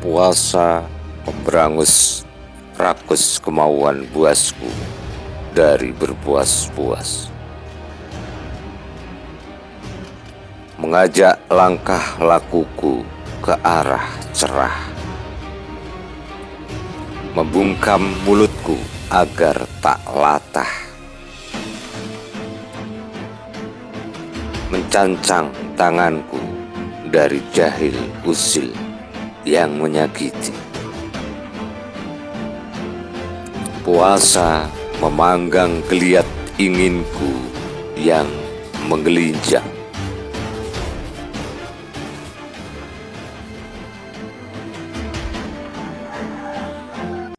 Puasa memberangus rakus kemauan buasku dari berpuas-puas, mengajak langkah lakuku ke arah cerah, membungkam mulutku agar tak latah, mencancang tanganku dari jahil usil yang menyakiti. Puasa memanggang geliat inginku yang menggelincang,